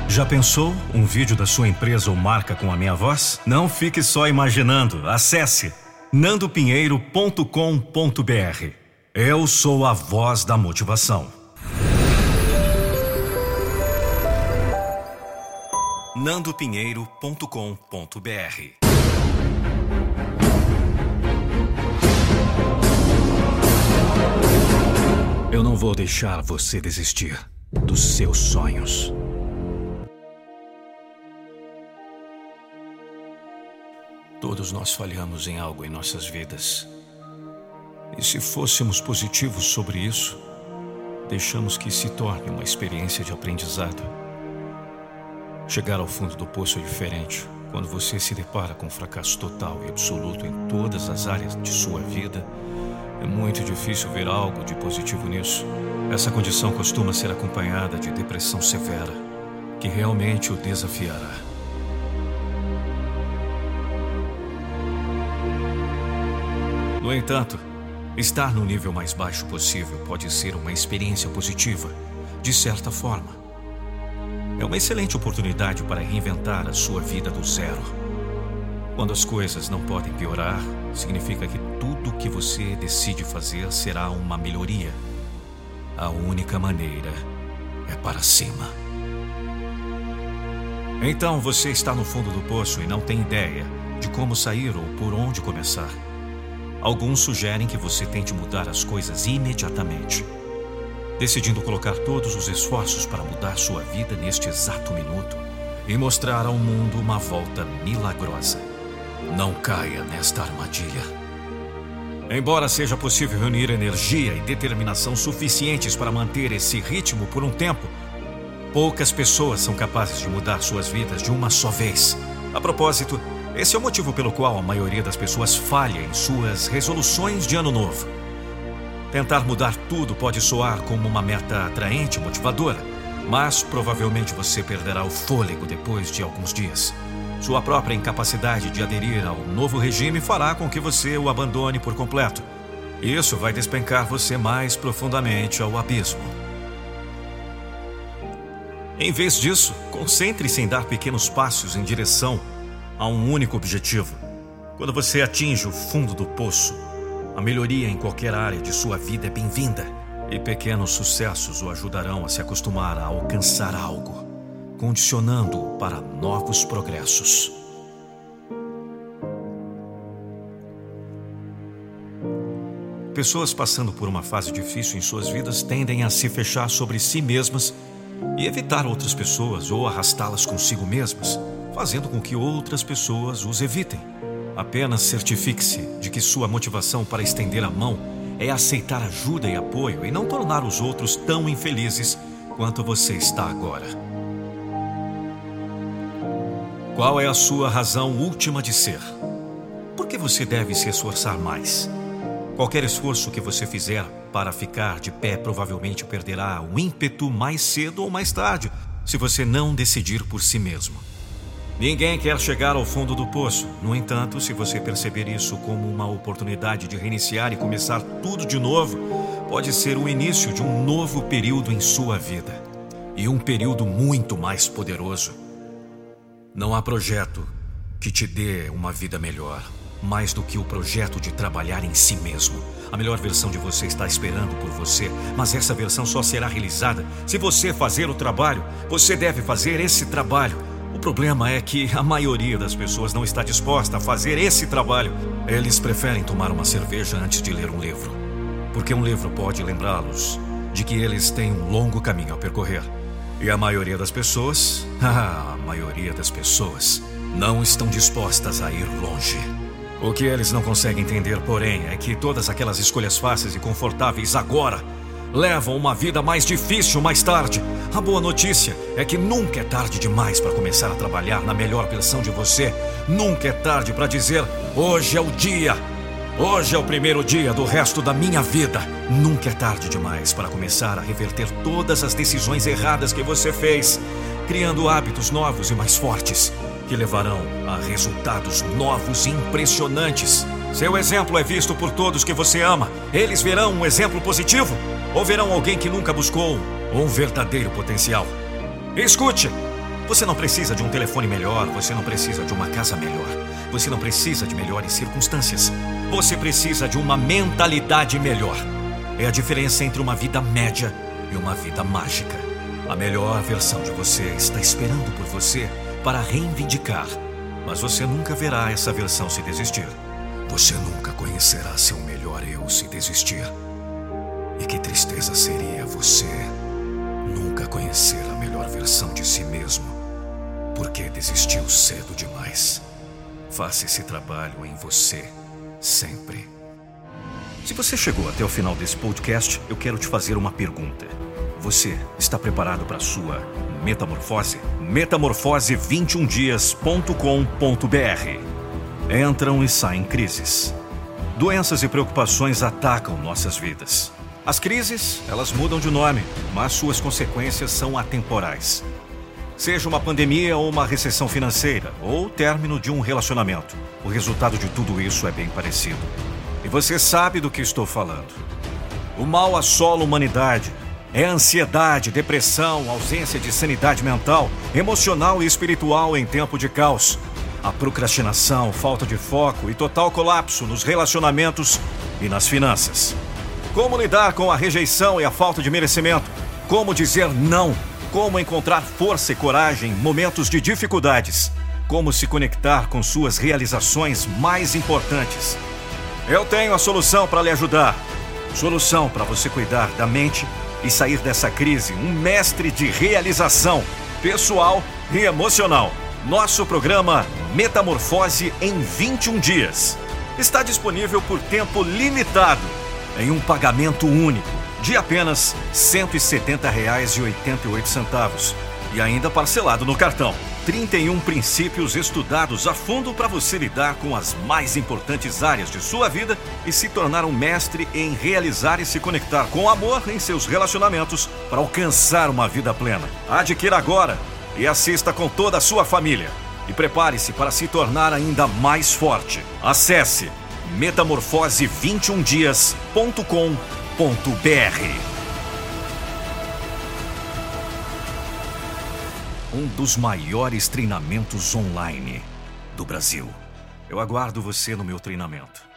Já pensou um vídeo da sua empresa ou marca com a minha voz? Não fique só imaginando. Acesse nandopinheiro.com.br. Eu sou a voz da motivação. nandopinheiro.com.br. Eu não vou deixar você desistir dos seus sonhos. Todos nós falhamos em algo em nossas vidas. E se fôssemos positivos sobre isso, deixamos que se torne uma experiência de aprendizado. Chegar ao fundo do poço é diferente quando você se depara com um fracasso total e absoluto em todas as áreas de sua vida. É muito difícil ver algo de positivo nisso. Essa condição costuma ser acompanhada de depressão severa, que realmente o desafiará. No entanto, estar no nível mais baixo possível pode ser uma experiência positiva, de certa forma. É uma excelente oportunidade para reinventar a sua vida do zero. Quando as coisas não podem piorar, significa que tudo que você decide fazer será uma melhoria. A única maneira é para cima. Então você está no fundo do poço e não tem ideia de como sair ou por onde começar. Alguns sugerem que você tente mudar as coisas imediatamente, decidindo colocar todos os esforços para mudar sua vida neste exato minuto e mostrar ao mundo uma volta milagrosa. Não caia nesta armadilha. Embora seja possível reunir energia e determinação suficientes para manter esse ritmo por um tempo, poucas pessoas são capazes de mudar suas vidas de uma só vez. A propósito, esse é o motivo pelo qual a maioria das pessoas falha em suas resoluções de ano novo. Tentar mudar tudo pode soar como uma meta atraente e motivadora, mas provavelmente você perderá o fôlego depois de alguns dias. Sua própria incapacidade de aderir ao novo regime fará com que você o abandone por completo. Isso vai despencar você mais profundamente ao abismo. Em vez disso, concentre-se em dar pequenos passos em direção a um único objetivo. Quando você atinge o fundo do poço, a melhoria em qualquer área de sua vida é bem-vinda, e pequenos sucessos o ajudarão a se acostumar a alcançar algo, condicionando-o para novos progressos. Pessoas passando por uma fase difícil em suas vidas tendem a se fechar sobre si mesmas e evitar outras pessoas ou arrastá-las consigo mesmas, fazendo com que outras pessoas os evitem. Apenas certifique-se de que sua motivação para estender a mão é aceitar ajuda e apoio e não tornar os outros tão infelizes quanto você está agora. Qual é a sua razão última de ser? Por que você deve se esforçar mais? Qualquer esforço que você fizer para ficar de pé provavelmente perderá o ímpeto mais cedo ou mais tarde, se você não decidir por si mesmo. Ninguém quer chegar ao fundo do poço. No entanto, se você perceber isso como uma oportunidade de reiniciar e começar tudo de novo, pode ser o início de um novo período em sua vida. E um período muito mais poderoso. Não há projeto que te dê uma vida melhor, mais do que o projeto de trabalhar em si mesmo. A melhor versão de você está esperando por você, mas essa versão só será realizada se você fazer o trabalho. Você deve fazer esse trabalho. O problema é que a maioria das pessoas não está disposta a fazer esse trabalho. Eles preferem tomar uma cerveja antes de ler um livro, porque um livro pode lembrá-los de que eles têm um longo caminho a percorrer. E a maioria das pessoas, não estão dispostas a ir longe. O que eles não conseguem entender, porém, é que todas aquelas escolhas fáceis e confortáveis agora levam uma vida mais difícil mais tarde. A boa notícia é que nunca é tarde demais para começar a trabalhar na melhor versão de você. Nunca é tarde para dizer: hoje é o dia. Hoje é o primeiro dia do resto da minha vida. Nunca é tarde demais para começar a reverter todas as decisões erradas que você fez, criando hábitos novos e mais fortes, que levarão a resultados novos e impressionantes. Seu exemplo é visto por todos que você ama. Eles verão um exemplo positivo? Ou verão alguém que nunca buscou um verdadeiro potencial? Escute! Você não precisa de um telefone melhor, você não precisa de uma casa melhor, você não precisa de melhores circunstâncias. Você precisa de uma mentalidade melhor. É a diferença entre uma vida média e uma vida mágica. A melhor versão de você está esperando por você para reivindicar. Mas você nunca verá essa versão se desistir. Você nunca conhecerá seu melhor eu se desistir. E que tristeza seria você nunca conhecer a melhor versão de si mesmo, porque desistiu cedo demais. Faça esse trabalho em você, sempre. Se você chegou até o final desse podcast, eu quero te fazer uma pergunta. Você está preparado para a sua metamorfose? Metamorfose21dias.com.br. Entram e saem crises. Doenças e preocupações atacam nossas vidas. As crises, elas mudam de nome, mas suas consequências são atemporais. Seja uma pandemia ou uma recessão financeira, ou o término de um relacionamento, o resultado de tudo isso é bem parecido. E você sabe do que estou falando. O mal assola a humanidade. É ansiedade, depressão, ausência de sanidade mental, emocional e espiritual em tempo de caos. A procrastinação, falta de foco e total colapso nos relacionamentos e nas finanças. Como lidar com a rejeição e a falta de merecimento? Como dizer não? Como encontrar força e coragem em momentos de dificuldades? Como se conectar com suas realizações mais importantes? Eu tenho a solução para lhe ajudar. Solução para você cuidar da mente e sair dessa crise, um mestre de realização pessoal e emocional. Nosso programa Metamorfose em 21 dias está disponível por tempo limitado, em um pagamento único de apenas R$ 170,88 e ainda parcelado no cartão. 31 princípios estudados a fundo para você lidar com as mais importantes áreas de sua vida e se tornar um mestre em realizar e se conectar com amor em seus relacionamentos para alcançar uma vida plena. Adquira agora e assista com toda a sua família. E prepare-se para se tornar ainda mais forte. Acesse metamorfose21dias.com.br. Um dos maiores treinamentos online do Brasil. Eu aguardo você no meu treinamento.